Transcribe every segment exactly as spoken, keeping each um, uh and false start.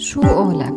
شو قولك؟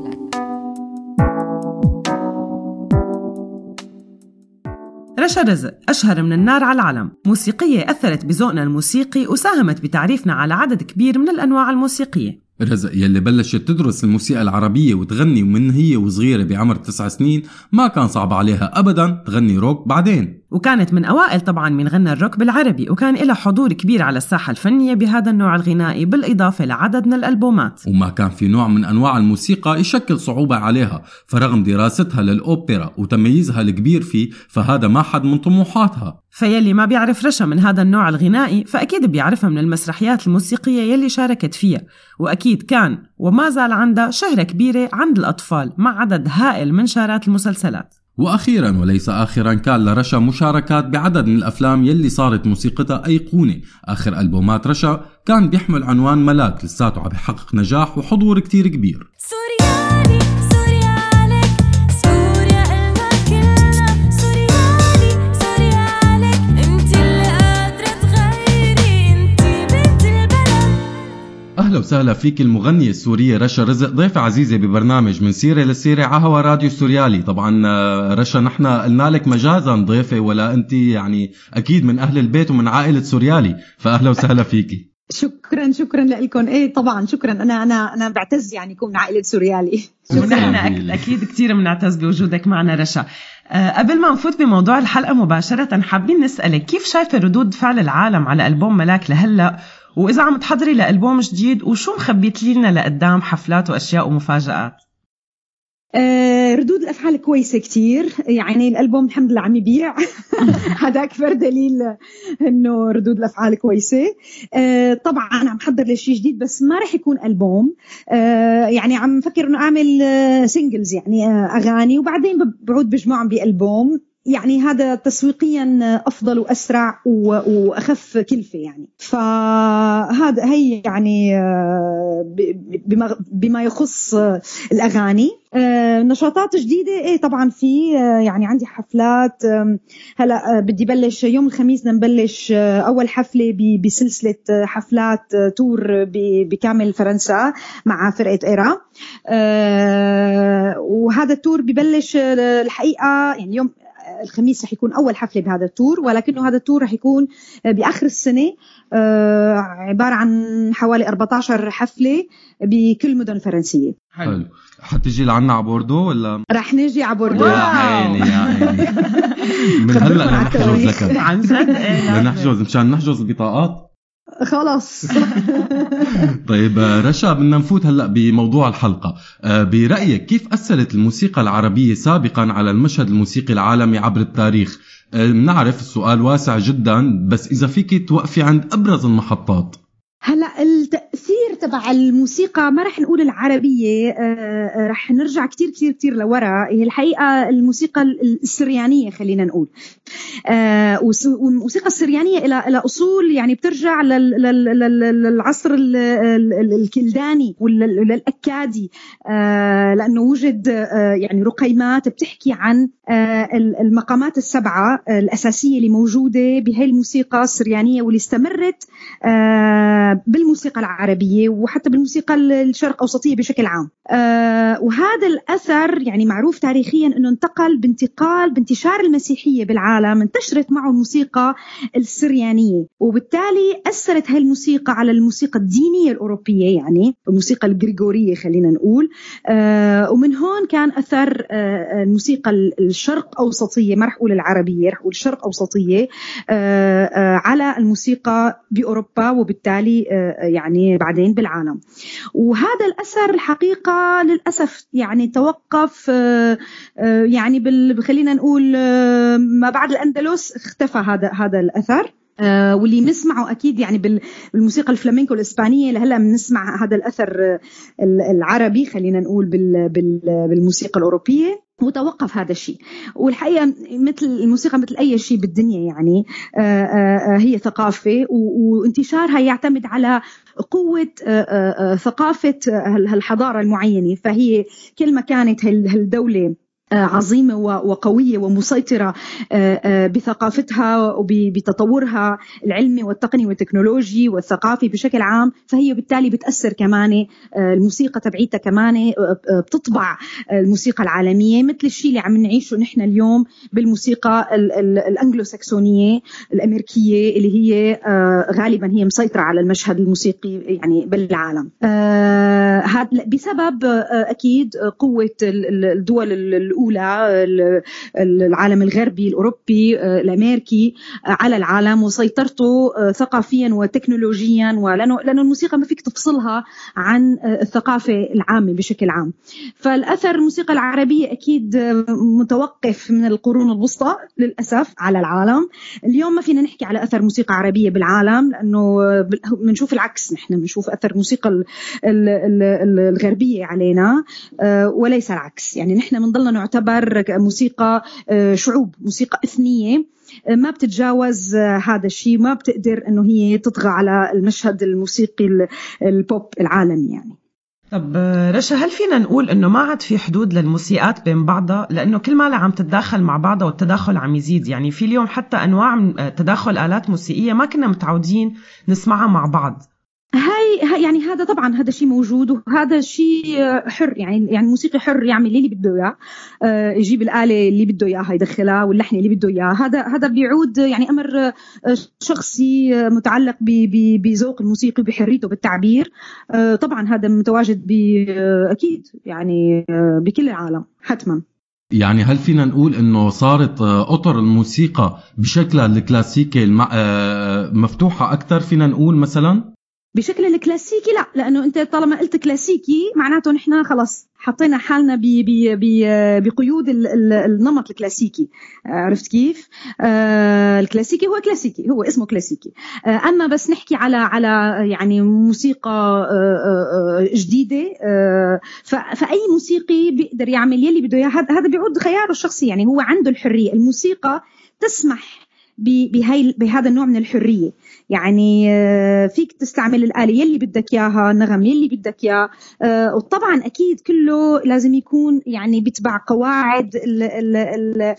رشا رزق أشهر من النار على العلم، موسيقية أثرت بذوقنا الموسيقي وساهمت بتعريفنا على عدد كبير من الأنواع الموسيقية. رزق يلي بلشت تدرس الموسيقى العربية وتغني من هي وصغيرة بعمر تسع سنين، ما كان صعب عليها أبداً تغني روك بعدين، وكانت من أوائل طبعاً من غنى الروك بالعربي، وكان لها حضور كبير على الساحة الفنية بهذا النوع الغنائي بالإضافة لعدد من الألبومات. وما كان في نوع من أنواع الموسيقى يشكل صعوبة عليها، فرغم دراستها للأوبرا وتميزها الكبير فيه، فهذا ما حد من طموحاتها. فيلي ما بيعرف رشا من هذا النوع الغنائي فأكيد بيعرفها من المسرحيات الموسيقية يلي شاركت فيها، وأكيد كان وما زال عندها شهرة كبيرة عند الأطفال مع عدد هائل من شارات المسلسلات. وأخيراً وليس آخراً كان لرشا مشاركات بعدد من الأفلام يلي صارت موسيقتها أيقونة. آخر ألبومات رشا كان بيحمل عنوان ملاك، لساته عم بيحقق نجاح وحضور كتير كبير. سوريالي سوريالك سوريا قلبك كلنا، سوريالي سوريالك انت اللي قادرة تغيري، انت بنت البلد. أهلا وسهلا فيك المغنية السورية رشا رزق، ضيفة عزيزة ببرنامج من سيرة لسيرة على هوا راديو سوريالي. طبعا رشا نحن قلنا لك مجازا ضيفة، ولا أنت يعني أكيد من أهل البيت ومن عائلة سوريالي، فأهلا وسهلا فيكي. شكرا شكرا لكم. ايه طبعا شكرا، انا انا انا بعتز يعني يكون عائله سوريالي. ونحن اكيد كثير بنعتز بوجودك معنا رشا. أه قبل ما نفوت بموضوع الحلقه مباشره، حابين نسالك كيف شايفه ردود فعل العالم على البوم ملاك لهلا، واذا عم تحضري لالبوم جديد وشو مخبيت لنا لقدام حفلات واشياء ومفاجآت؟ آه ردود الأفعال كويسة كتير، يعني الألبوم الحمد لله عم يبيع. هذا أكبر دليل إنه ردود الأفعال كويسة. آه طبعا عم حضر لشيء جديد، بس ما رح يكون ألبوم. آه يعني عم فكر إنه أعمل آه سينجلز، يعني آه أغاني، وبعدين بعود بجمعهم بألبوم. يعني هذا تسويقيا أفضل وأسرع وأخف كلفة يعني. فهذا هي يعني بما بما يخص الأغاني. نشاطات جديدة إيه طبعا في، يعني عندي حفلات هلا بدي بلش يوم الخميس، نبلش أول حفلة بسلسلة حفلات تور بكامل فرنسا مع فرقة إيرا. وهذا التور ببلش الحقيقة يعني يوم الخميس رح يكون أول حفلة بهذا التور، ولكنه هذا التور رح يكون بآخر السنة، عبارة عن حوالي أربعة عشر حفلة بكل مدن فرنسية. حلو. حتجي لعنا عبوردو ولا؟ رح نجي عبوردو. يا عيني يا عيني. من هلأ نحجز لك. عن جد نحجز مشان نحجز البطاقات. خلاص. طيب رشا، بدنا نفوت هلأ بموضوع الحلقة. برأيك كيف أثرت الموسيقى العربية سابقا على المشهد الموسيقي العالمي عبر التاريخ؟ نعرف السؤال واسع جدا، بس إذا فيك توقفي عند أبرز المحطات. هلا التأثير تبع الموسيقى ما رح نقول العربية، رح نرجع كتير كتير كتير لورا. هي الحقيقة الموسيقى السريانية خلينا نقول، والموسيقى السريانية إلى إلى أصول يعني بترجع للعصر الكلداني والأكادي، لأنه وجد يعني رقيمات بتحكي عن المقامات السبعة الأساسية اللي موجودة بهاي الموسيقى السريانية، واللي استمرت بالموسيقى العربية وحتى بالموسيقى الشرق أوسطية بشكل عام. آه وهذا الأثر يعني معروف تاريخيا أنه انتقل بانتقال بانتشار المسيحية بالعالم، انتشرت معه الموسيقى السريانية، وبالتالي أثرت هاي الموسيقى على الموسيقى الدينية الأوروبية، يعني الموسيقى الغريغورية خلينا نقول. آه ومن هون كان أثر آه الموسيقى الشرق أوسطية، ما رح أقول العربية، رح أقول الشرق أوسطية، آه آه على الموسيقى بأوروبا، وبالتالي يعني بعدين بالعالم. وهذا الأثر الحقيقة للأسف يعني توقف، يعني خلينا نقول ما بعد الأندلس اختفى هذا هذا الأثر. واللي بنسمعه أكيد يعني بالموسيقى الفلامينكو الإسبانية لهلا بنسمع هذا الأثر العربي خلينا نقول بالموسيقى الأوروبية، وتوقف هذا الشيء. والحقيقة مثل الموسيقى مثل أي شيء بالدنيا يعني هي ثقافة، وانتشارها يعتمد على قوة ثقافة هالحضارة المعينة. فهي كل ما كانت هالدولة عظيمة وقوية ومسيطرة بثقافتها وبتطورها العلمي والتقني والتكنولوجي والثقافي بشكل عام، فهي بالتالي بتأثر كمان الموسيقى تبعيتها كمان بتطبع الموسيقى العالمية، مثل الشيء اللي عم نعيشه نحن اليوم بالموسيقى الأنجلوساكسونية الأمريكية اللي هي غالبا هي مسيطرة على المشهد الموسيقي يعني بالعالم. بسبب أكيد قوة الدول الأولى العالم الغربي الأوروبي الأمريكي على العالم وسيطرته ثقافيا وتكنولوجيا، ولأنه لأنه الموسيقى ما فيك تفصلها عن الثقافة العامة بشكل عام. فالأثر الموسيقى العربية أكيد متوقف من القرون الوسطى للأسف على العالم. اليوم ما فينا نحكي على أثر موسيقى عربية بالعالم، لأنه بنشوف العكس، نحن بنشوف أثر موسيقى الغربية علينا وليس العكس. يعني نحن بنضلنا نعتبر موسيقى شعوب، موسيقى إثنية ما بتتجاوز هذا الشيء، ما بتقدر أنه هي تطغى على المشهد الموسيقي البوب العالمي. يعني طب رشا، هل فينا نقول إنه ما عاد في حدود للموسيقات بين بعضها، لأنه كل ما عم تتداخل مع بعضها والتداخل عم يزيد؟ يعني في اليوم حتى أنواع من تداخل آلات موسيقية ما كنا متعودين نسمعها مع بعض. هاي يعني هذا طبعا هذا شيء موجود، وهذا شيء حر. يعني يعني الموسيقي حر يعمل اللي بده اياه، يجيب الآلة اللي بده اياها يدخلها واللحن اللي بده اياه. هذا هذا بيعود يعني امر شخصي متعلق بذوق الموسيقي وبحريته بالتعبير. طبعا هذا متواجد اكيد يعني بكل العالم حتما. يعني هل فينا نقول انه صارت اطر الموسيقى بشكلها الكلاسيكي مفتوحة اكثر؟ فينا نقول مثلا بشكل الكلاسيكي لا، لأنه أنت طالما قلت كلاسيكي معناته نحن خلاص حطينا حالنا بقيود النمط الكلاسيكي. عرفت كيف؟ آه الكلاسيكي هو كلاسيكي، هو اسمه كلاسيكي. آه أما بس نحكي على على يعني موسيقى آه جديدة، آه فأي موسيقي بيقدر يعمل يلي بده إياه. هذا بيعود خياره الشخصي، يعني هو عنده الحرية. الموسيقى تسمح بهاي بهذا النوع من الحرية. يعني فيك تستعمل الآلة يلي بدك إياها، النغم يلي بدك إياه، وطبعا أكيد كله لازم يكون يعني بيتبع قواعد ال ال ال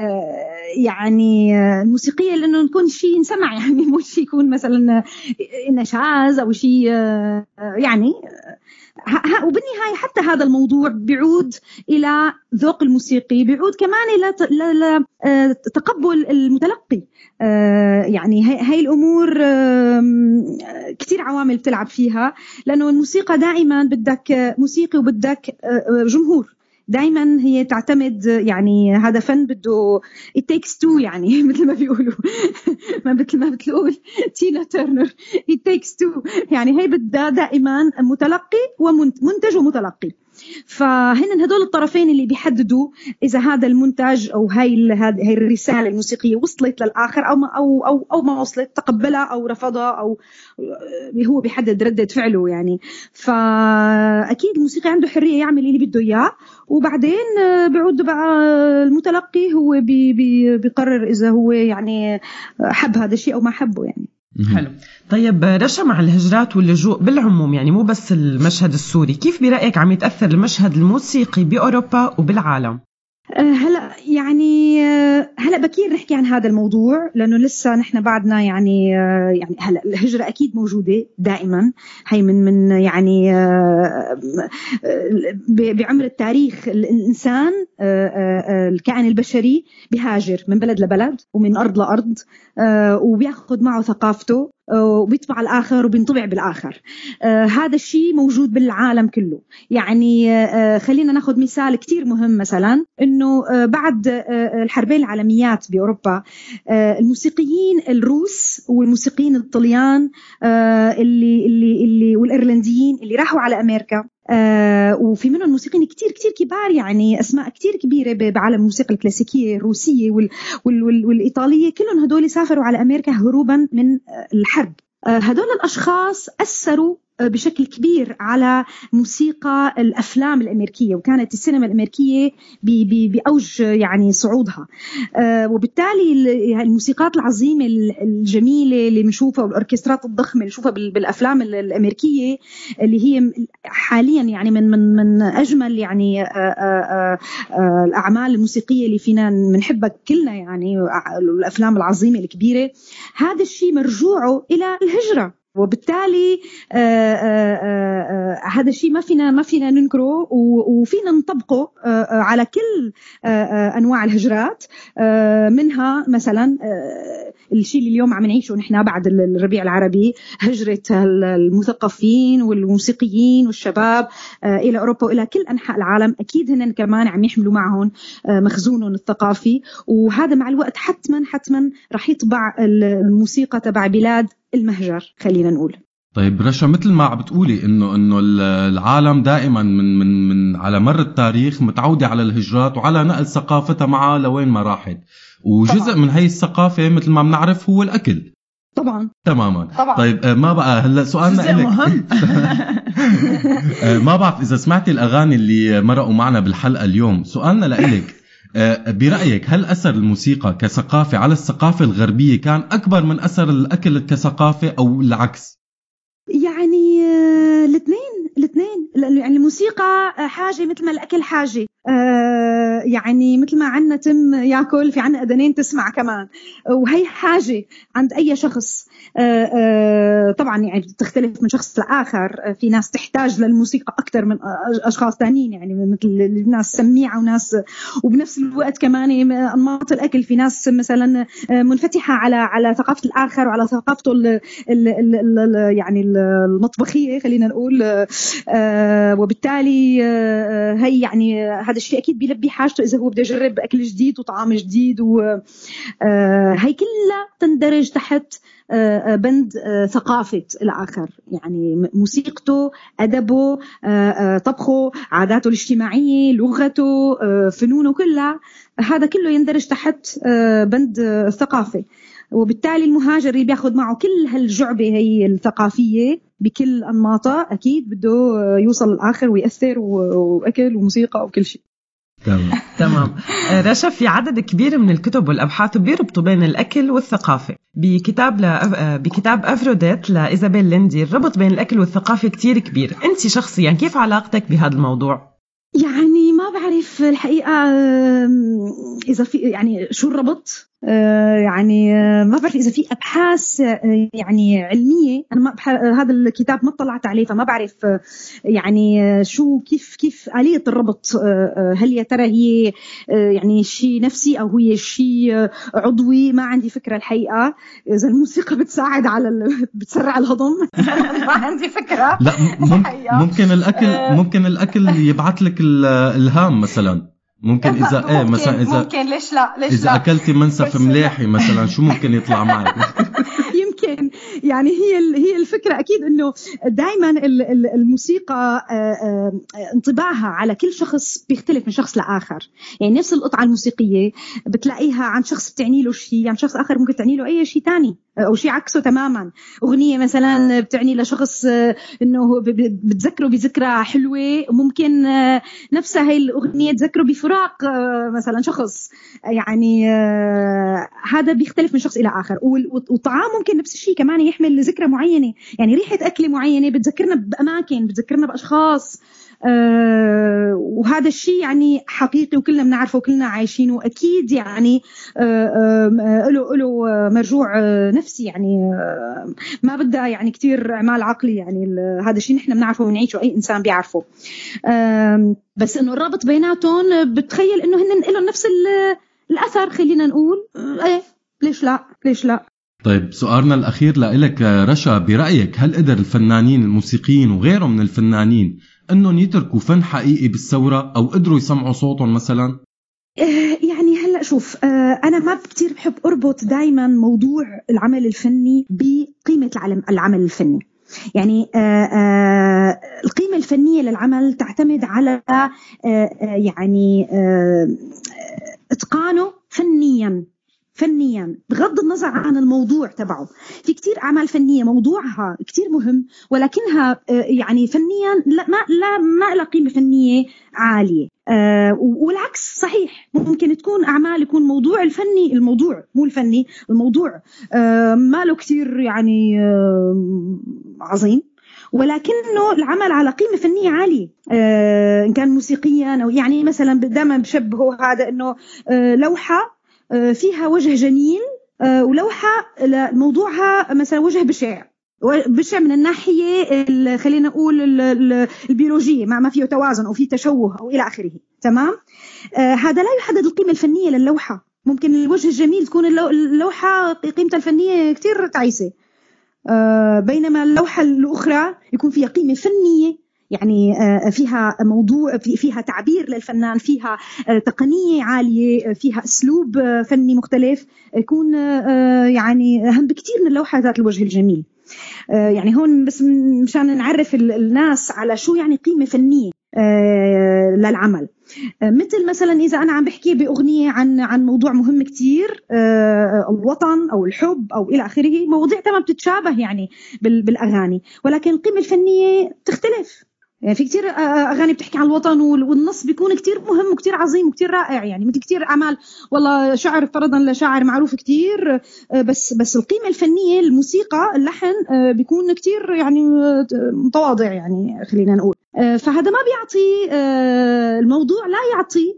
يعني الموسيقية، لأنه نكون شيء نسمع، يعني مو شيء يكون مثلا نشاز أو شيء يعني. وبالنهاية حتى هذا الموضوع بيعود إلى ذوق الموسيقي، بيعود كمان إلى تقبل المتلقي. يعني هاي الأمور كتير عوامل بتلعب فيها، لأنه الموسيقى دائما بدك موسيقي وبدك جمهور. دائما هي تعتمد، يعني هذا فن بده it takes two، يعني مثل ما بيقولوا ما مثل ما بتقول تينا تيرنر it takes two. يعني هي بدها دائما متلقي ومنتج ومتلقي. فهن هدول الطرفين اللي بيحددوا إذا هذا المنتج أو هاي هاي الرسالة الموسيقية وصلت للآخر أو ما أو أو أو ما وصلت، تقبلها أو رفضها، أو هو بيحدد ردة فعله. يعني فأكيد الموسيقى عنده حرية يعمل اللي بده إياه، وبعدين بيعود بقى المتلقي هو بي بي بيقرر إذا هو يعني حب هذا الشيء أو ما حبه. يعني حلو. طيب رشا، مع الهجرات واللجوء بالعموم، يعني مو بس المشهد السوري، كيف برأيك عم يتأثر المشهد الموسيقي بأوروبا وبالعالم؟ هلا يعني هلا بكير نحكي عن هذا الموضوع، لانه لسه نحن بعدنا يعني يعني هلا الهجره اكيد موجوده دائما. هي من من يعني بعمر التاريخ الانسان الكائن البشري بيهاجر من بلد لبلد ومن ارض لارض، وبياخذ معه ثقافته وبيطبع الآخر وبينطبع بالآخر. آه هذا الشيء موجود بالعالم كله. يعني آه خلينا ناخذ مثال كتير مهم، مثلا إنه آه بعد آه الحربين العالميات بأوروبا، آه الموسيقيين الروس والموسيقيين الطليان آه اللي اللي اللي والإيرلنديين اللي راحوا على أمريكا، آه وفي منهم موسيقيين كتير كتير كبار، يعني أسماء كتير كبيرة بعالم الموسيقى الكلاسيكية الروسية وال وال وال والإيطالية، كلهم هدول سافروا على أمريكا هروبا من الحرب. آه هدول الأشخاص أثروا بشكل كبير على موسيقى الأفلام الأمريكية، وكانت السينما الأمريكية بأوج يعني صعودها. وبالتالي الموسيقات العظيمة الجميلة اللي بنشوفها والأوركسترات الضخمة اللي نشوفها بالأفلام الأمريكية اللي هي حاليا يعني من من من أجمل يعني الأعمال الموسيقية اللي فينا بنحبها كلنا، يعني الأفلام العظيمة الكبيرة، هذا الشيء مرجوعه إلى الهجرة. وبالتالي آآ آآ هذا الشيء ما فينا ما فينا ننكره، وفينا نطبقه على كل انواع الهجرات، منها مثلا الشيء اللي اليوم عم نعيشه نحن بعد الربيع العربي، هجرة المثقفين والموسيقيين والشباب الى اوروبا والى كل انحاء العالم. اكيد هن كمان عم يحملوا معهم مخزونهم الثقافي، وهذا مع الوقت حتما حتما راح يطبع الموسيقى تبع بلاد المهجر خلينا نقول. طيب رشا، مثل ما عم بتقولي انه انه العالم دائما من من من على مر التاريخ متعوده على الهجرات وعلى نقل ثقافتها معها لوين ما راحت، وجزء طبعاً من هي الثقافه مثل ما بنعرف هو الاكل. طبعا تماما طبعا. طيب ما بقى هلا سؤالنا لك ما بعرف اذا سمعتي الاغاني اللي مرقوا معنا بالحلقه اليوم، سؤالنا لك برأيك هل أثر الموسيقى كثقافة على الثقافة الغربية كان أكبر من أثر الأكل كثقافة أو العكس؟ يعني الاثنين الاثنين يعني الموسيقى حاجة مثل ما الأكل حاجة، آه يعني مثل ما عنا تم ياكل في عنا أذنين تسمع كمان، وهي حاجة عند أي شخص. آه آه طبعا يعني بتختلف من شخص لآخر، في ناس تحتاج للموسيقى أكثر من أشخاص تانيين، يعني مثل ناس سميعة وناس، وبنفس الوقت كمان أنماط الأكل، في ناس مثلا منفتحة على على ثقافة الآخر وعلى ثقافته ال ال ال ال يعني المطبخية خلينا نقول. آه وبالتالي آه هي يعني هذا الشيء أكيد بيلبي حاجته إذا هو بده يجرب أكل جديد وطعام جديد، وهي كلها تندرج تحت بند ثقافة الآخر، يعني موسيقته، أدبه، طبخه، عاداته الاجتماعية، لغته، فنونه كلها، هذا كله يندرج تحت بند الثقافة. وبالتالي المهاجر اللي بياخد معه كل هالجعبة هي الثقافية بكل أنماطها أكيد بده يوصل الآخر ويأثر، وأكل وموسيقى وكل شيء. تمام تمام. رشا، في عدد كبير من الكتب والأبحاث بيربطوا بين الأكل والثقافة. بكتاب ل... بكتاب أفروديت لإيزابيل ليندي الربط بين الأكل والثقافة كتير كبير. أنت شخصيا كيف علاقتك بهذا الموضوع؟ يعني ما بعرف الحقيقة إذا في يعني شو الربط، يعني ما بعرف إذا في أبحاث يعني علمية. أنا ما هذا الكتاب ما طلعت عليه، فما بعرف يعني شو كيف كيف آلية الربط. هل يا ترى هي يعني شيء نفسي أو هي شيء عضوي؟ ما عندي فكرة الحقيقة. إذا الموسيقى بتساعد على ال... بتسرع الهضم ما عندي فكرة. لا ممكن الأكل ممكن الأكل يبعث لك الهام مثلا. ممكن إذا ممكن إيه مثلا إذا ممكن ليش لا ليش إذا لا أكلتي منسف ملاحي مثلا شو ممكن يطلع معك؟ يمكن يعني هي هي الفكرة أكيد إنه دائما الموسيقى انطباعها على كل شخص بيختلف من شخص لآخر. يعني نفس القطعة الموسيقية بتلاقيها عن شخص بتعني له شيء، عن شخص آخر ممكن تعني له أي شيء تاني أو شيء عكسه تماما. أغنية مثلا بتعني لشخص إنه بتذكره بذكرى حلوة، وممكن نفسها هاي الأغنية تذكره بفراق مثلا شخص. يعني هذا بيختلف من شخص إلى آخر. والطعام ممكن نفس الشيء كمان يحمل ذكرى معينة، يعني ريحة أكل معينة بتذكرنا بأماكن، بتذكرنا بأشخاص. آه وهذا الشيء يعني حقيقي وكلنا بنعرفه وكلنا عايشينه، وأكيد يعني آه آه له له مرجوع نفسي، يعني آه ما بدها يعني كتير اعمال عقلي. يعني هذا الشيء نحن بنعرفه ونعيشه، أي إنسان بيعرفه. آه بس إنه الرابط بيناتهم بتخيل إنه هن لهم نفس الأثر، خلينا نقول إيه ليش لا ليش لا. طيب سؤالنا الأخير لإلك رشا، برأيك هل قدر الفنانين الموسيقيين وغيرهم من الفنانين أنهم يتركوا فن حقيقي بالثورة أو قدروا يسمعوا صوتهم مثلا؟ يعني هلأ شوف، أنا ما كتير بحب أربط دايما موضوع العمل الفني بقيمة العمل العمل الفني. يعني القيمة الفنية للعمل تعتمد على يعني إتقانه فنيا فنيا بغض النظر عن الموضوع تبعه. في كتير أعمال فنية موضوعها كتير مهم ولكنها يعني فنيا لا ما لا ما لها قيمة فنية عالية. أه والعكس صحيح، ممكن تكون أعمال يكون موضوع الفني الموضوع مو الفني الموضوع أه ما له كتير يعني أه عظيم ولكنه العمل على قيمة فنية عالية أه إن كان موسيقيا أو يعني مثلا دائما بشبهه هذا إنه أه لوحة فيها وجه جميل ولوحة موضوعها مثلا وجه بشع بشع من الناحية خلينا نقول البيولوجية ما فيه توازن أو فيه تشوه أو إلى آخره. تمام. هذا لا يحدد القيمة الفنية للوحة. ممكن الوجه الجميل تكون اللوحة قيمتها الفنية كتير تعيسة بينما اللوحة الأخرى يكون فيها قيمة فنية يعني فيها موضوع فيها تعبير للفنان فيها تقنية عالية فيها أسلوب فني مختلف يكون يعني أهم بكتير من اللوحة ذات الوجه الجميل. يعني هون بس مشان نعرف الناس على شو يعني قيمة فنية للعمل. مثل مثلا إذا أنا عم بحكي بأغنية عن عن موضوع مهم كتير الوطن أو الحب أو إلى آخره مواضيع تمام بتتشابه يعني بالأغاني ولكن القيمة الفنية تختلف. يعني في كتير أغاني بتحكي عن الوطن والنص بيكون كتير مهم وكتير عظيم وكتير رائع يعني مثل كتير أعمال والله شعر فرضا لشاعر معروف كتير بس بس القيمة الفنية الموسيقى اللحن بيكون كتير يعني متواضع يعني خلينا نقول. فهذا ما بيعطي الموضوع لا يعطي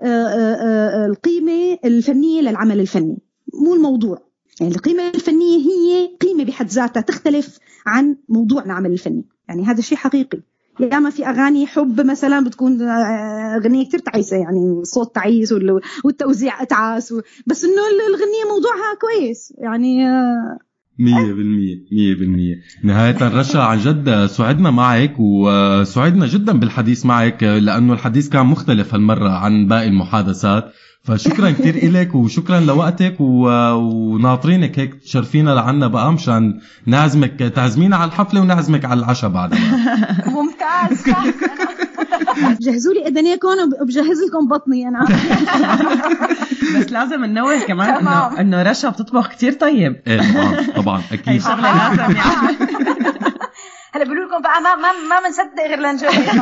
القيمة الفنية للعمل الفني مو الموضوع. يعني القيمة الفنية هي قيمة بحد ذاتها تختلف عن موضوع العمل الفني. يعني هذا شيء حقيقي. ياما في أغاني حب مثلا بتكون أغنية كتير تعيسة يعني صوت تعيس والتوزيع أتعاس بس إنه الغنية موضوعها كويس يعني مية بالمية مية بالمية. نهاية رشا عن جد سعدنا معك وسعدنا جدا بالحديث معك لأنه الحديث كان مختلف هالمرة عن باقي المحادثات فشكرا كتير إليك وشكرا لوقتك وناطرينك هيك تشرفينا لعنا بقى مشان نعزمك تعزمينا على الحفلة ونعزمك على العشاء بعدها. ممتاز. جهزوا لي أذنيكم وبجهز لكم بطني أنا. بس لازم ننوه كمان إنه إنه رشا بتطبخ كتير طيب. إيه طبعا طبعا أكيد. شغلة لازم يعني. هلا بقول لكم بقى ما ما ما بنصدق غير لنجرب.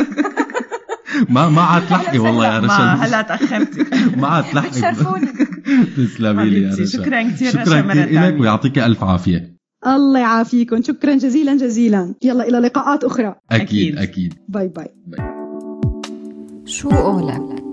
ما ما عاد تلحقي والله يا رشا. ما هلا تأخرتي. ما عاد تلحقي. بتشرفوني. تسلمي لي يا رشا. شكرا كتير شكرا رشا كتير لك ويعطيك ألف عافية. الله يعافيكم. شكرا جزيلا جزيلا. يلا إلى لقاءات أخرى. أكيد أكيد. باي باي. باي. شو قولك؟